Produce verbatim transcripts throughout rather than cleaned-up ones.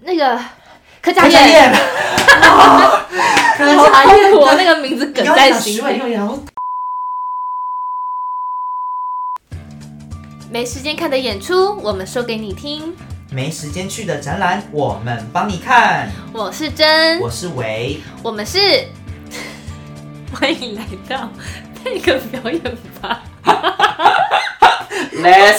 那个柯佳嬿，柯佳嬿，我那个名字梗在心里。没时间看的演出，我们说给你听； 没时间去的展览，我们帮你看。 我是真， 我是维，我们是欢迎来到配个表演吧。 Let's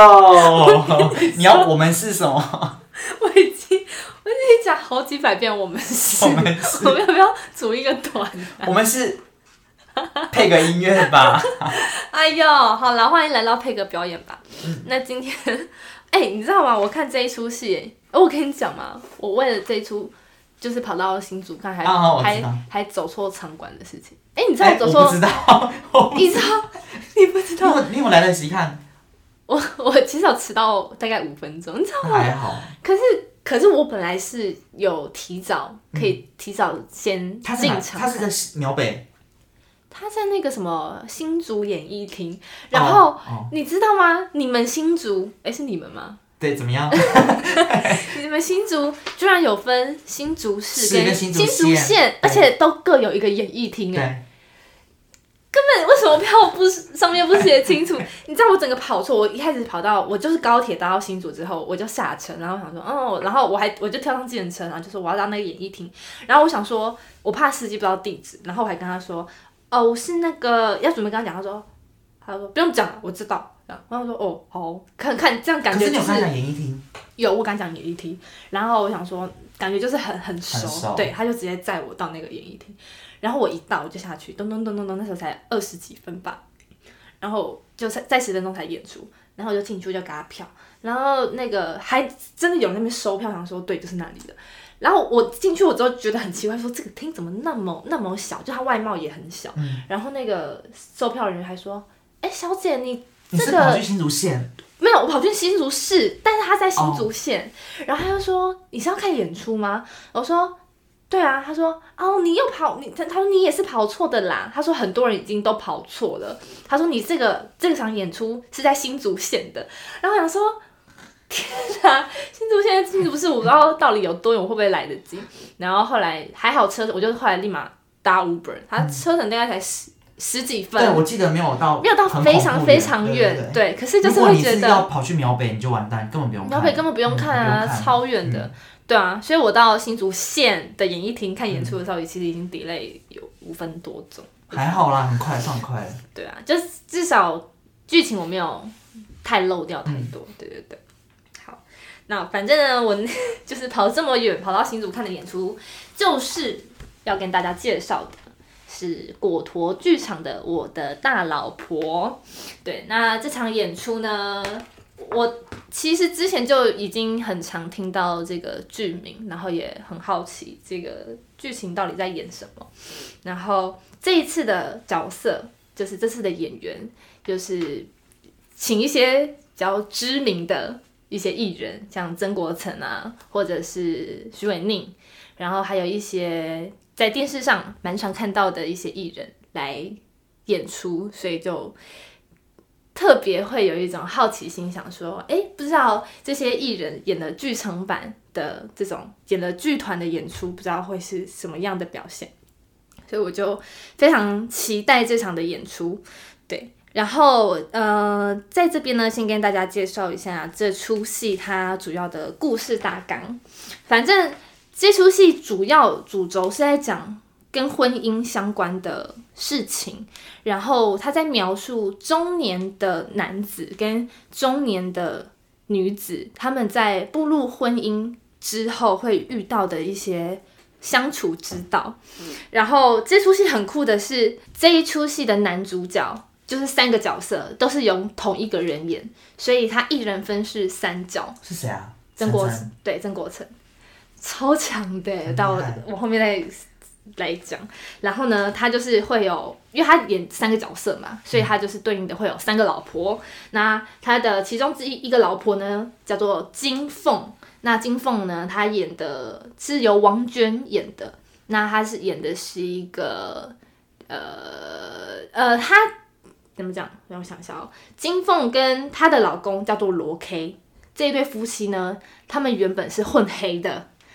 show 你要我们是什么？ 我已经我已经讲好几百遍，我们是， 我们是， 我们要不要组一个团、啊？ 我们是配个音乐吧。 哎呦，好了，欢迎来到配个表演吧。嗯、那今天，哎、欸，你知道吗？我看这一出戏，我跟你讲嘛，我为了这一出，就是跑到新竹看，还、 啊、 还还走错场馆的事情。哎、欸，你知道我走错？ 欸、我不知道， 你知道？你不知道？ 你有你有来得及看？ 我我其实有迟到大概五分钟，你知道吗？ 还好。 可是可是我本来是有提早可以提早先进场、嗯。 他是在苗北。 他在那个什么新竹演艺厅，然后、oh, oh. 你知道吗？你们新竹，哎，是你们吗？ 对，怎么样？ 你们新竹居然有分新竹市跟新竹县，而且都各有一个演艺厅哎。根本为什么票不上面不写清楚？你知道我整个跑错，我一开始跑到我就是高铁搭到新竹之后，我就下车，然后我想说，哦，然后我还我就跳上计程车，然后就说我要到那个演艺厅，然后我想说，我怕司机不知道地址，然后我还跟他说。哦，我是那个要准备跟他讲，他说，他说不用讲，我知道。然后我说哦好，看看这样感觉、就是。 可是你有跟他讲演艺厅？ 有，我跟他讲演艺厅。然后我想说，感觉就是很很熟， 很熟对，他就直接载我到那个演艺厅。然后我一到我就下去，咚咚咚咚咚，那时候才二十几分吧。然后就在十分钟才演出，然后我就进去就给他票，然后那个还真的有那边收票，想说对，就是那里的。然后我进去我之后觉得很奇怪，说这个厅怎么那么那么小，就它外貌也很小。嗯、然后那个售票人还说：“哎、欸，小姐，你这个……” 你是跑去新竹县？ 没有，我跑去新竹市，但是他在新竹县。Oh. 然后他就说：“你是要看演出吗？”我说：“对啊。”他说：“哦，你又跑你……他说你也是跑错的啦。”他说很多人已经都跑错了。他说你这个这场演出是在新竹县的。然后我想说。天哪！新竹现在新竹市我不知道到底有多远，会不会来得及？然后后来还好车，我就后来立马搭 Uber， 他车程大概才十十几分。 对，我记得没有到， 没有到非常非常远。对, 对, 对，可是就是会觉得，如果你是要跑去苗北，你就完蛋，根本不用看。 苗北根本不用看啊，嗯、看超远的、嗯。对啊，所以我到新竹县的演艺厅看演出的时候，嗯、其实已经 delay 有五分多钟。 还好啦，很快，算很快。 对啊，就是至少剧情我没有太漏掉太多。嗯、对对对。那反正呢，我就是跑这么远，跑到新竹看的演出，就是要跟大家介绍的是果陀剧场的《我的大老婆》。对，那这场演出呢，我其实之前就已经很常听到这个剧名，然后也很好奇这个剧情到底在演什么。然后这一次的角色，就是这次的演员，就是请一些比较知名的。一些艺人，像曾国城啊，或者是许瑋甯，然后还有一些在电视上蛮常看到的一些艺人来演出，所以就特别会有一种好奇心，想说，哎，不知道这些艺人演的剧场版的这种演的剧团的演出，不知道会是什么样的表现，所以我就非常期待这场的演出，对。然后，呃，在这边呢，先跟大家介绍一下这出戏它主要的故事大纲。反正这出戏主要主轴是在讲跟婚姻相关的事情，然后他在描述中年的男子跟中年的女子，他们在步入婚姻之后会遇到的一些相处之道。然后这出戏很酷的是，这一出戏的男主角。就是三个角色都是由同一个人演，所以他一人分饰三角。 是谁啊？ 曾国城，对，曾国城，超强的。到我我后面再来讲。然后呢，他就是会有，因为他演三个角色嘛，所以他就是对应的会有三个老婆。嗯、那他的其中之一一个老婆呢，叫做金凤。那金凤呢，她演的是由王娟演的。那她是演的是一个，呃呃，她。怎么讲？让我想一下哦。金凤跟她的老公叫做罗 K， 这一对夫妻呢，他们原本是混黑的，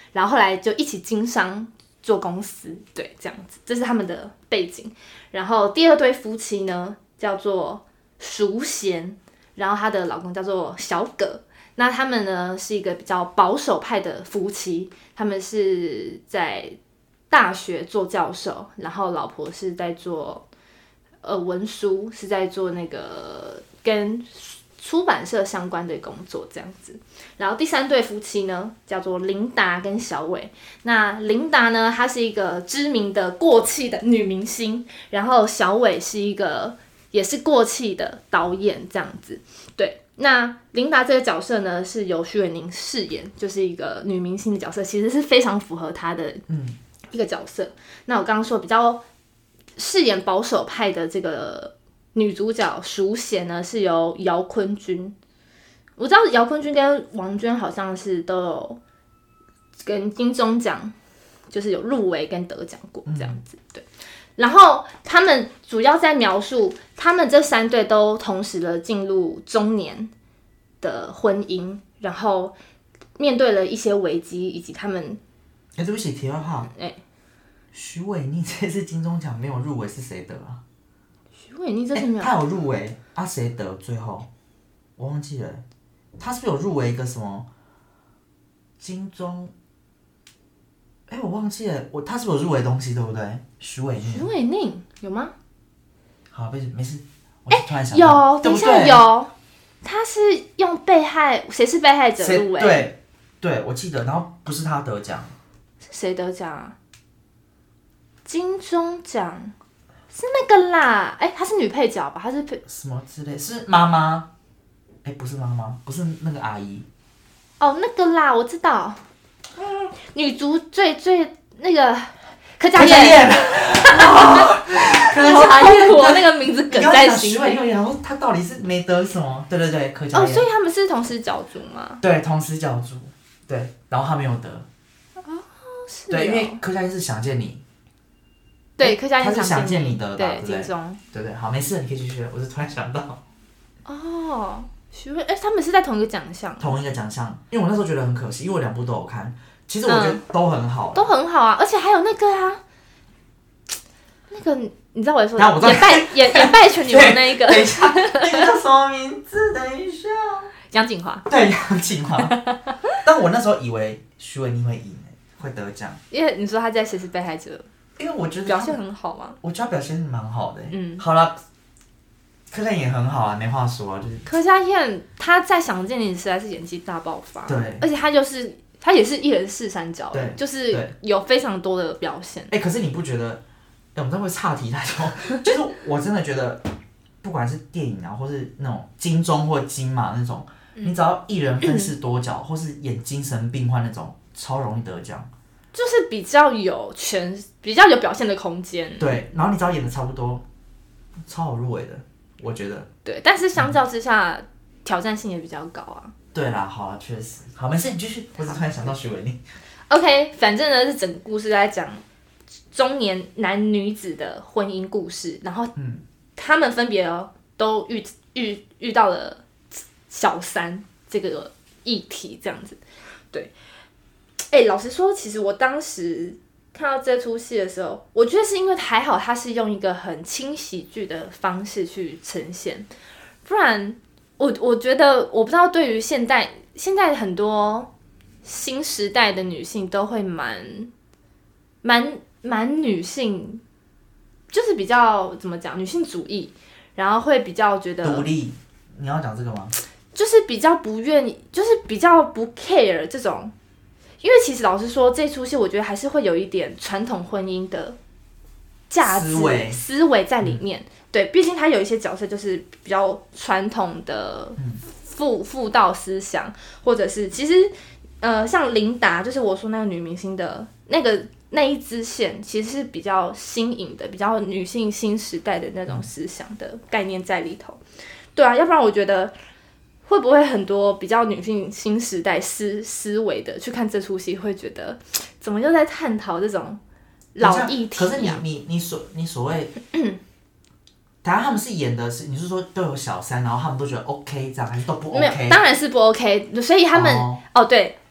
然后后来就一起经商做公司，对，这样子，这是他们的背景。然后第二对夫妻呢叫做淑贤，然后她的老公叫做小葛。那他们呢是一个比较保守派的夫妻，他们是在大学做教授，然后老婆是在做呃文书，是在做那个跟出版社相关的工作这样子。然后第三对夫妻呢叫做琳达跟小伟。那琳达呢，她是一个知名的过气的女明星，然后小伟是一个也是过气的导演这样子。对，那琳达这个角色呢是由徐伟宁饰演，就是一个女明星的角色，其实是非常符合她的一个角色。嗯、那我刚刚说比较饰演保守派的这个女主角淑贤呢，是由姚坤君。我知道姚坤君跟王娟好像是都有跟金钟奖就是有入围跟得奖过这样子，对。然后他们主要在描述他们这三对都同时的进入中年的婚姻，然后面对了一些危机，以及他们。 哎、欸，对不起，题外话。哎、欸，徐伟宁这次金钟奖没有入围是谁得啊？ 徐伟宁这次没有、 欸，他有入围啊？谁得？最后我忘记了、欸，他是不是有入围一个什么金钟？哎、欸，我忘记了，我他是不是有入围东西，对不对？徐伟宁， 徐伟宁有吗？ 好，没事没事，我突然想到、欸、有，等一下有，他是用被害，谁是被害者入围？ 对对，我记得，然后不是他得奖， 谁得奖啊？金钟奖是那个啦，哎、欸，她是女配角吧？她是配什么之类？是妈妈？哎、欸，不是妈妈，不是那个阿姨。 哦，那个啦，我知道。嗯，女主最最那个柯佳嬿，柯佳嬿，我那个名字梗在心里。 然后她到底是没得什么？对对对，柯佳嬿。 哦，所以他们是同时角逐吗？ 对，同时角逐。对，然后她没有得。 哦，是。 对，因为柯佳嬿是想见你。 对，柯佳嬿是想见你的， 对，金钟。 对对，好，没事，你可以继续。我是突然想到。 哦。徐伟，哎、欸，他们是在同一个奖项， 同一个奖项，因为我那时候觉得很可惜，因为我两部都有看，其实我觉得都很好、 嗯，都很好啊，而且还有那个啊，那个你知道我在说什么？ 演败演演败全女王那一个， 等一下，那个叫什么名字？等一下， 杨谨华， 对，杨谨华。但我那时候以为徐伟宁会赢，会得奖， 因为你说他在《谁是被害者》， 因为我觉得表现很好嘛， 我觉得他表现蛮好的， 嗯， 好了。柯佳嬿也很好啊，没话说啊，就是柯佳嬿她在《想见你》实在是演技大爆发， 对， 而且她就是她也是一人四三角， 对， 就是有非常多的表现。 哎、欸，可是你不觉得？哎、欸，我们这会岔题太多，就是我真的觉得，不管是电影啊，或是那种金钟或金马那种，嗯、你只要一人分饰多角，或是演精神病患那种，超容易得奖。 就是比较有权，比较有表现的空间。 对，然后你只要演的差不多，超好入围的。我觉得对，但是相较之下，嗯、挑战性也比较高啊。 对啦，好啊，确实，好，没事，你继续。我只突然想到徐伟宁。 OK， 反正呢是整个故事在讲中年男女子的婚姻故事，然后他们分别哦都遇遇遇到了小三这个议题，这样子。对，哎、欸，老实说，其实我当时看到这出戏的时候，我觉得是因为还好，它是用一个很轻喜剧的方式去呈现，不然我我觉得我不知道对于现代现在很多新时代的女性都会蛮蛮蛮女性，就是比较怎么讲女性主义，然后会比较觉得独立。你要讲这个吗？ 就是比较不愿意，就是比较不 care 这种。因为其实老实说，这出戏我觉得还是会有一点传统婚姻的价值思维在里面。嗯、对，毕竟它有一些角色就是比较传统的妇妇道思想，或者是其实呃像琳达，就是我说那个女明星的那个那一支线，其实是比较新颖的，比较女性新时代的那种思想的概念在里头。对啊，要不然我觉得。会不会很多比较女性新时代思思维的去看这出戏，会觉得怎么又在探讨这种老议题、啊？ 可是你你你所你所谓，台湾他们是演的是，你是说都有小三，然后他们都觉得 OK 这样，还是都不 OK？ 没有，当然是不 OK。所以他们 oh. 哦对，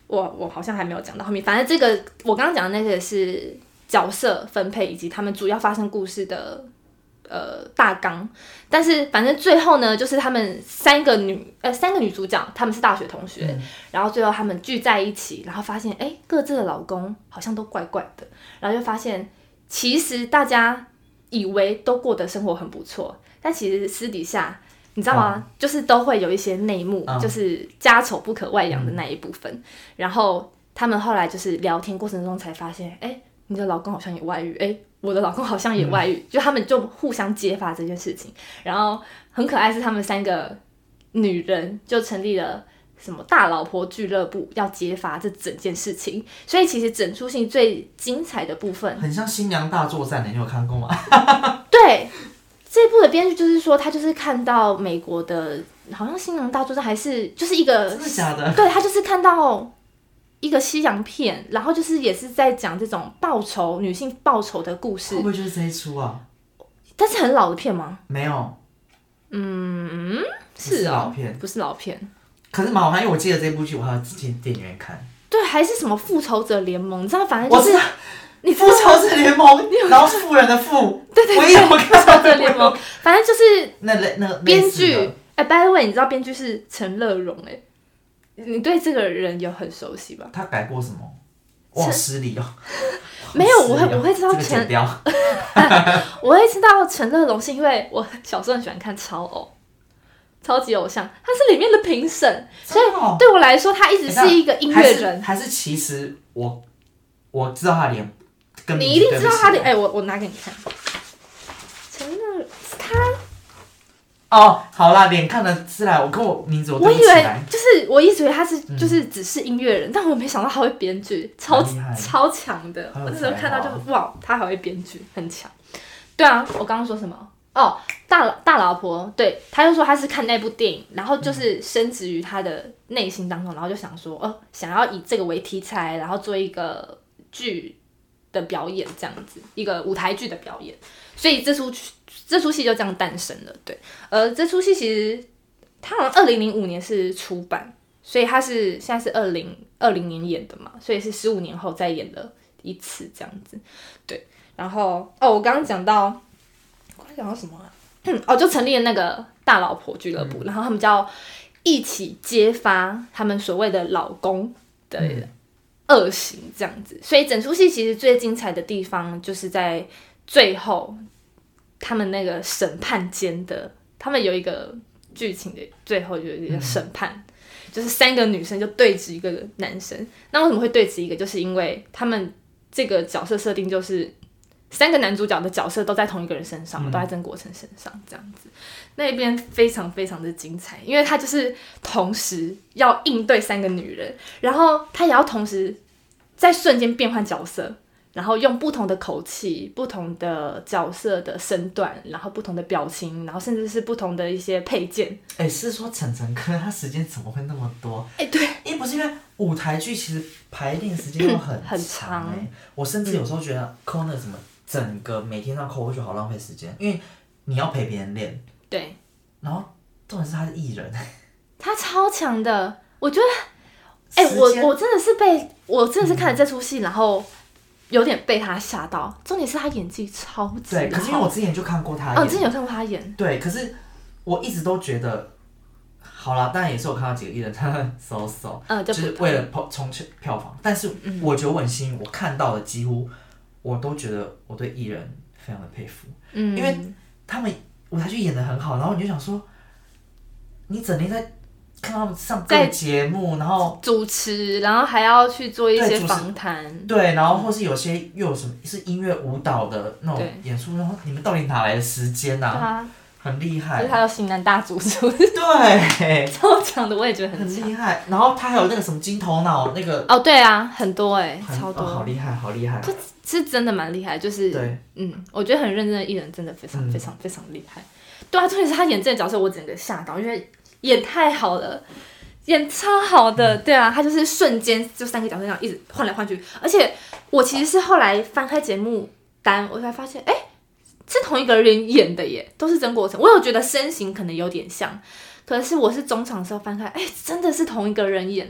我我好像还没有讲到后面，反正这个我刚刚讲的那个是角色分配以及他们主要发生故事的呃大纲，但是反正最后呢，就是他们三个女呃三个女主角，她们是大学同学，嗯、然后最后他们聚在一起，然后发现哎各自的老公好像都怪怪的，然后就发现其实大家以为都过得生活很不错，但其实私底下你知道吗？嗯、就是都会有一些内幕，嗯、就是家丑不可外扬的那一部分。嗯、然后他们后来就是聊天过程中才发现，哎，你的老公好像也外遇，哎，我的老公好像也外遇，嗯、就他们就互相揭发这件事情。然后很可爱是他们三个女人就成立了什么大老婆俱乐部，要揭发这整件事情。所以其实整出戏最精彩的部分， 很像新娘大作战，你有看过吗？ 对。这一部的编剧就是说，他就是看到美国的，好像新娘大作战还是就是一个真的假的？ 对，他就是看到一个西洋片，然后就是也是在讲这种报仇女性报仇的故事。 会不会就是这一出啊？ 但是很老的片吗？ 没有， 嗯，是、哦、 是老片， 不是老片。 可是蛮好看，因为我记得这部剧我还要进电影院看。 对，还是什么复仇者联盟？你知道，反正就是。 我知道你复仇者联盟，然后是富人的富， 对对对， 我也有看复仇者联盟，反正就是那那编剧，哎、欸、，by the way， 你知道编剧是陈乐融，哎，你对这个人有很熟悉吧？ 他改过什么？哇，失礼哦， 没有，我会我会知道陈， 这我会知道陈乐融是因为我小时候很喜欢看超偶。超级偶像，他是里面的评审，所以对我来说，他一直是一个音乐人。 还是, 还是其实我我知道他脸。 你一定知道他的，哎、欸，我我拿给你看，陈乐是他。 哦，好啦，脸看得出来，我跟我名字我对不起来。 我以为就是我一直以为他是、嗯、就是只是音乐人，但我没想到他会编剧，超超强的。我那时候看到就哇，他还会编剧，很强。对啊，我刚刚说什么？哦，大大老婆，对，他就说他是看那部电影，然后就是深植于他的内心当中，然后就想说，哦，想要以这个为题材，然后做一个剧的表演，这样子一个舞台剧的表演，所以这出这出戏就这样诞生了。对，呃，这出戏其实它好像二零零五年是出版，所以它是现在是二零二零年演的嘛，所以是十五年后再演了一次这样子。对，然后哦，我刚刚讲到，我刚刚讲到什么啊？哦，就成立了那个大老婆俱乐部，嗯、然后他们就要一起揭发他们所谓的老公的。嗯恶行这样子，所以整出戏其实最精彩的地方就是在最后，他们那个审判间的，他们有一个剧情的最后有一个审判，嗯、就是三个女生就对峙一个男生。那为什么会对峙一个？就是因为他们这个角色设定就是三个男主角的角色都在同一个人身上，嗯、都在曾国城身上这样子。那边非常非常的精彩，因为他就是同时要应对三个女人，然后他也要同时在瞬间变换角色，然后用不同的口气、不同的角色的身段，然后不同的表情，然后甚至是不同的一些配件。 哎、欸，是说晨晨哥他时间怎么会那么多？ 哎、欸，对， 因为不是因为舞台剧其实排练时间又很很长、欸，我甚至有时候觉得扣那什么整个每天要扣，我觉得好浪费时间，因为你要陪别人练。 对， 然后重点是他是艺人， 他超强的，我觉得，哎、欸，我我真的是被我真的是看了这出戏，嗯、然后有点被他吓到。重点是他演技超级好。 对，可是因为我之前就看过他演， 哦，之前有看过他演。 对，可是我一直都觉得，好啦，当然也是有看到几个艺人他们收手， 嗯，就就是为了冲票房。但是我觉得我很幸运，我看到的几乎我都觉得我对艺人非常的佩服，嗯，因为他们。舞台剧演得很好，然后你就想说，你整天在看他们上各个节目，然后主持，然后还要去做一些访谈， 对，然后或是有些又有什么是音乐舞蹈的那种演出，然后你们到底哪来的时间啊？啊很厉害， 就是他有型男大主厨， 对， 超强的，我也觉得很很厉害。然后他还有那个什么金头脑那个， 哦，对啊，很多哎、欸，超多、 哦，好厉害，好厉害， 是真的蛮厉害，就是对， 嗯，我觉得很认真的艺人真的非常、嗯、非常非常厉害。对啊，重点是他演这个角色，我整个吓到，因为演太好了，演超好的。对啊，他就是瞬间就三个角色这样一直换来换去，而且我其实是后来翻开节目单，我才发现，哎、欸，是同一个人演的耶，都是曾国城。我有觉得身形可能有点像，可是我是中场的时候翻开，哎、欸，真的是同一个人演的耶。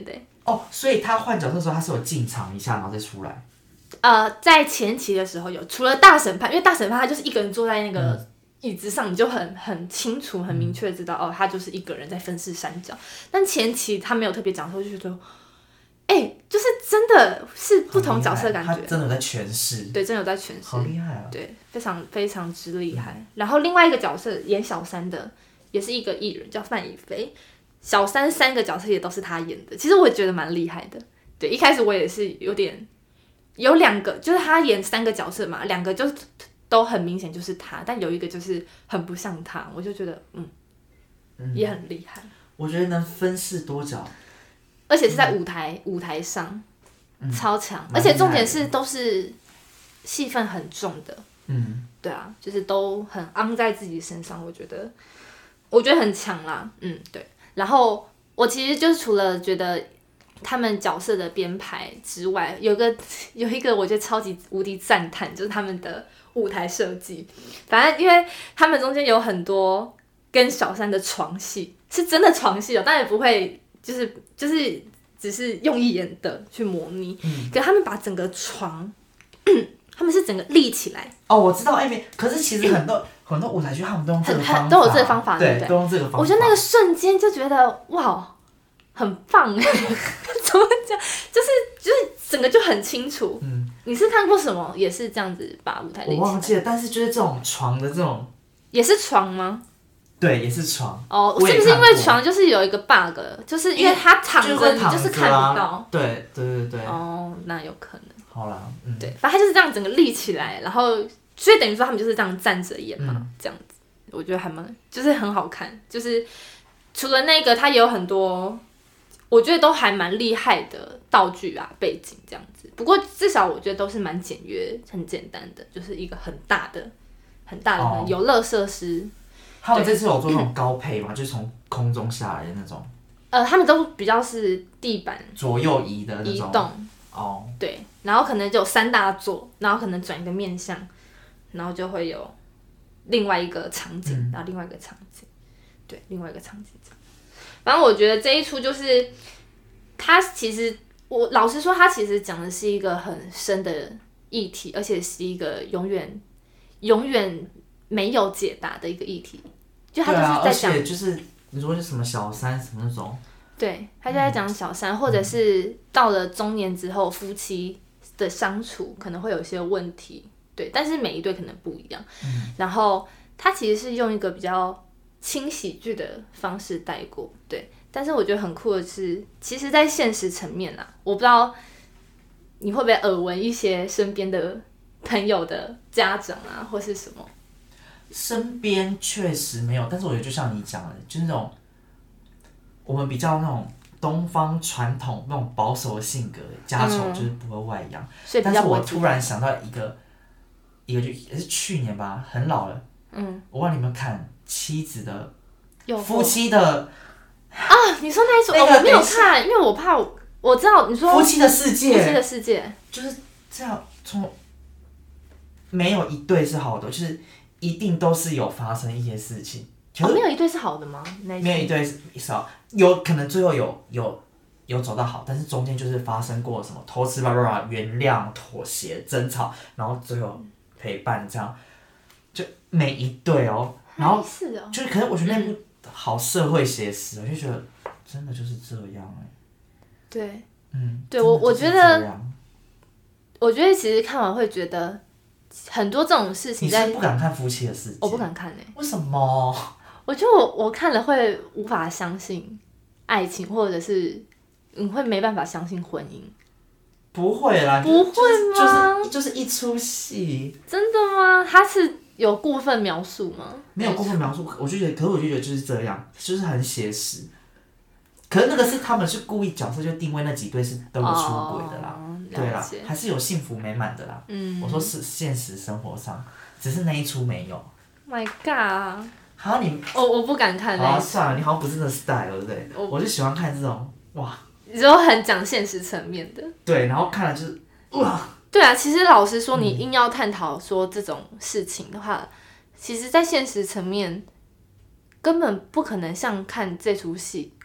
哦，所以他换角色的时候，他是有进场一下，然后再出来。 呃，在前期的时候有，除了大审判，因为大审判他就是一个人坐在那个椅子上，你就很很清楚、很明确的知道，哦，他就是一个人在分饰三角。但前期他没有特别讲的时候，就觉得，哎、欸，就是真的是不同角色的感觉， 他真的有在诠释， 对，真的有在诠释， 好厉害啊！ 对，非常非常之厉害。嗯、然后另外一个角色演小三的，也是一个艺人，叫范逸飞。小三三个角色也都是他演的，其实我也觉得蛮厉害的。对，一开始我也是有点。有两个，就是他演三个角色嘛，两个就都很明显就是他，但有一个就是很不像他，我就觉得嗯，嗯也很厉害。 我觉得能分饰多角， 而且是在舞台、嗯、舞台上，嗯、超强，而且重点是都是戏份很重的，嗯，对啊，就是都很昂在自己身上，我觉得我觉得很强啦，嗯，对。然后我其实就是除了觉得。他们角色的编排之外，有个有一个我觉得超级无敌赞叹，就是他们的舞台设计。反正因为他们中间有很多跟小三的床戏，是真的床戏哦，但也不会就是就是只是用一眼的去模拟。嗯、可他们把整个床，他们是整个立起来。 哦，我知道，哎、欸，可是其实很多、嗯、很多舞台剧他们都用这个方法， 都有这个方法，对不对？ 都用这个方法。 我觉得那个瞬间就觉得哇。很棒哎，怎么讲？就是就是整个就很清楚。嗯，你是看过什么也是这样子把舞台立起来？ 我忘记了，但是就是这种床的这种， 也是床吗？ 对，也是床。 哦，是不是因为床就是有一个 bug， 就是因为他躺着，你就是看不到。 对对对对。 哦，那有可能。 好啦，嗯， 对，反正他就是这样整个立起来，然后所以等于说他们就是这样站着演嘛，嗯、这样子，我觉得还蛮就是很好看，就是除了那个，他也有很多。我觉得都还蛮厉害的道具啊，背景这样子。不过至少我觉得都是蛮简约、很简单的，就是一个很大的、很大的、哦、游乐设施。 他们这次有做那种高配吗？就是从空中下来的那种。 呃，他们都比较是地板左右移的那种移动。哦。对，然后可能就有三大座，然后可能转一个面向，然后就会有另外一个场景，嗯、然后另外一个场景，对，另外一个场景这样。反正我觉得这一出就是，他其实我老实说，他其实讲的是一个很深的议题，而且是一个永远永远没有解答的一个议题。就他就是在讲， 对啊、而且就是你说是什么小三什么那种， 对，他就在讲小三，嗯、或者是到了中年之后夫妻的相处可能会有一些问题，对，但是每一对可能不一样。嗯、然后他其实是用一个比较。轻喜剧的方式带过，对，但是我觉得很酷的是，其实，在现实层面啊，我不知道你会不会耳闻一些身边的朋友的家长啊，或是什么。 身边确实没有，但是我觉得就像你讲的，就是那种我们比较那种东方传统那种保守的性格，家丑就是不会外扬。嗯、但是我突然想到一个一个就也是去年吧，很老了，嗯，我不知道你有没有看。妻子的夫妻的啊，你说那一出、那個哦、我没有看，因为我怕我我知道你说夫妻的世界， 夫妻的世界就是这样，从没有一对是好的，就是一定都是有发生一些事情。 哦，没有一对是好的吗？那没有一对是好，有可能最后有有有走到好，但是中间就是发生过什么偷吃吧吧，原谅、妥协、争吵，然后最后陪伴这样，就每一对哦。然后是哦， 就是，可是我觉得那部好社会写实，我就觉得真的就是这样哎、欸。 对， 嗯， 对我我觉得，我觉得其实看完会觉得很多这种事情在。 你是不敢看夫妻的世界？ 我不敢看哎、欸。 为什么？ 我觉得我我看了会无法相信爱情，或者是你会没办法相信婚姻。 不会啦， 不会吗？ 就是就是一出戏。 真的吗？他是。有过分描述吗？ 没有过分描述，我就觉得，可是我就觉得就是这样，就是很写实。可是那个是他们是故意角色就定位那几对是都有出轨的啦，哦、对啦，还是有幸福美满的啦。嗯，我说是现实生活上，只是那一出没有。 My God！ 好，你我我不敢看那一出。 啊，算了，你好像不是那 style， 对不对？我, 我就喜欢看这种哇， 你说很讲现实层面的。 对，然后看了就是哇。 对啊，其实老实说，你硬要探讨说这种事情的话，嗯、其实，在现实层面根本不可能像看这出戏，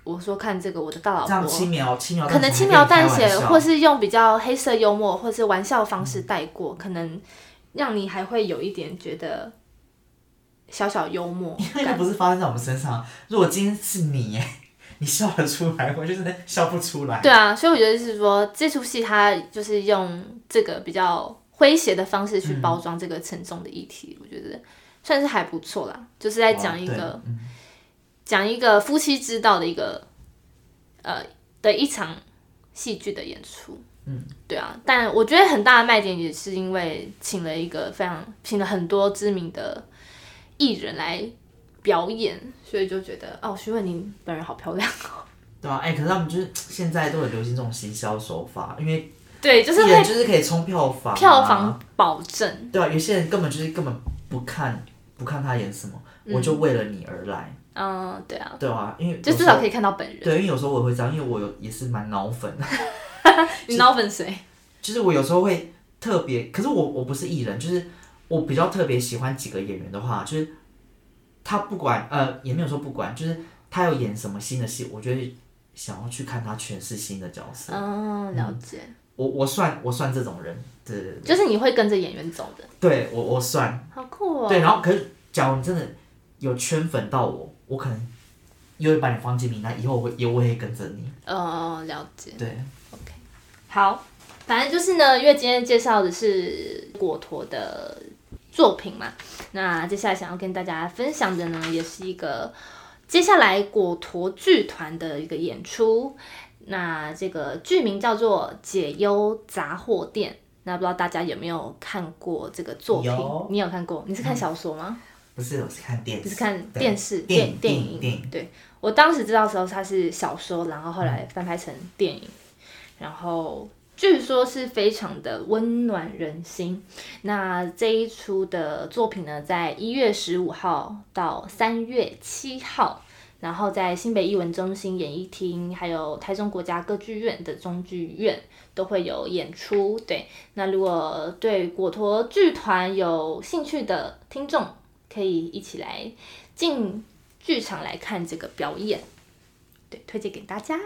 我说看这个我的大老婆， 这样轻描轻描， 可能轻描淡写，或是用比较黑色幽默或是玩笑方式带过，嗯、可能让你还会有一点觉得小小幽默。 因为不是发生在我们身上，如果今天是你耶，你笑得出来，我就是笑不出来。 对啊，所以我觉得是说这出戏它就是用这个比较诙谐的方式去包装这个沉重的议题，嗯、我觉得算是还不错啦，就是在讲一个讲、嗯、一个夫妻之道的一个呃的一场戏剧的演出。嗯，对啊，但我觉得很大的卖点也是因为请了一个非常请了很多知名的艺人来表演，所以就觉得哦，徐慧宁本人好漂亮哦。 对啊，哎、欸，可是他们就是现在都很流行这种行销手法，因为对，就是会就是可以冲票房、啊， 票房保证。 对啊，有些人根本就是根本不看不看他演什么，嗯、我就为了你而来。 嗯，对啊， 对啊，因为就至少可以看到本人。 对，因为有时候我会这样，因为我有也是蛮脑粉的。 你脑粉谁？ 就是我有时候会特别，可是我我不是艺人，就是我比较特别喜欢几个演员的话，就是他不管呃也没有说不管，就是他有演什么新的戏，我就会想要去看他诠释新的角色。 哦，了解。嗯、 我我算我算这种人，对对对， 就是你会跟着演员走的。 对，我我算。 好酷哦。 对，然后可是假如你真的有圈粉到我，我可能又会把你放进名单，以后我会也我也会跟着你。 哦，了解。 对 ，OK， 好，反正就是呢，因为今天介绍的是果陀的作品嘛，那接下来想要跟大家分享的呢，也是一个接下来果陀剧团的一个演出。那这个剧名叫做《解忧杂货店》，那不知道大家有没有看过这个作品？ 有， 你有看过？你是看小说吗？ 嗯、不是，我是看电视。 你是看电视电电影？电影。对，我当时知道的时候它是小说，然后后来翻拍成电影，然后据说是非常的温暖人心。那这一出的作品呢，在一月十五号到三月七号。然后在新北艺文中心演艺厅，还有台中国家歌剧院的中剧院都会有演出。对，那如果对果陀剧团有兴趣的听众，可以一起来进剧场来看这个表演。对，推荐给大家。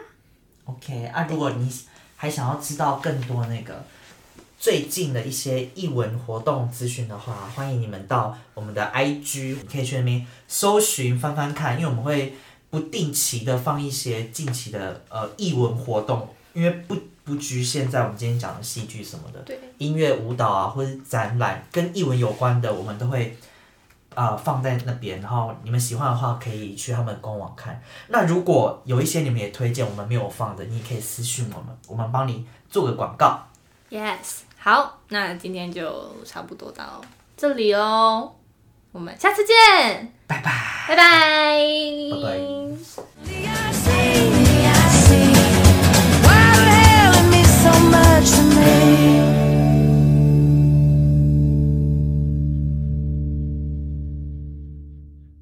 OK 啊，如果你还想要知道更多那个最近的一些艺文活动资讯的话，欢迎你们到我们的 I G， 你可以去那边搜寻翻翻看，因为我们会不定期的放一些近期的呃艺文活动，因为不不局限在我们今天讲的戏剧什么的， 对， 音乐、舞蹈啊，或是展览跟艺文有关的，我们都会啊、呃、放在那边，然后你们喜欢的话可以去他们官网看。那如果有一些你们也推荐我们没有放的，你也可以私讯我们，我们帮你做个广告。 Yes。好，那今天就差不多到这里咯，我们下次见， 拜拜， 拜拜， 拜拜。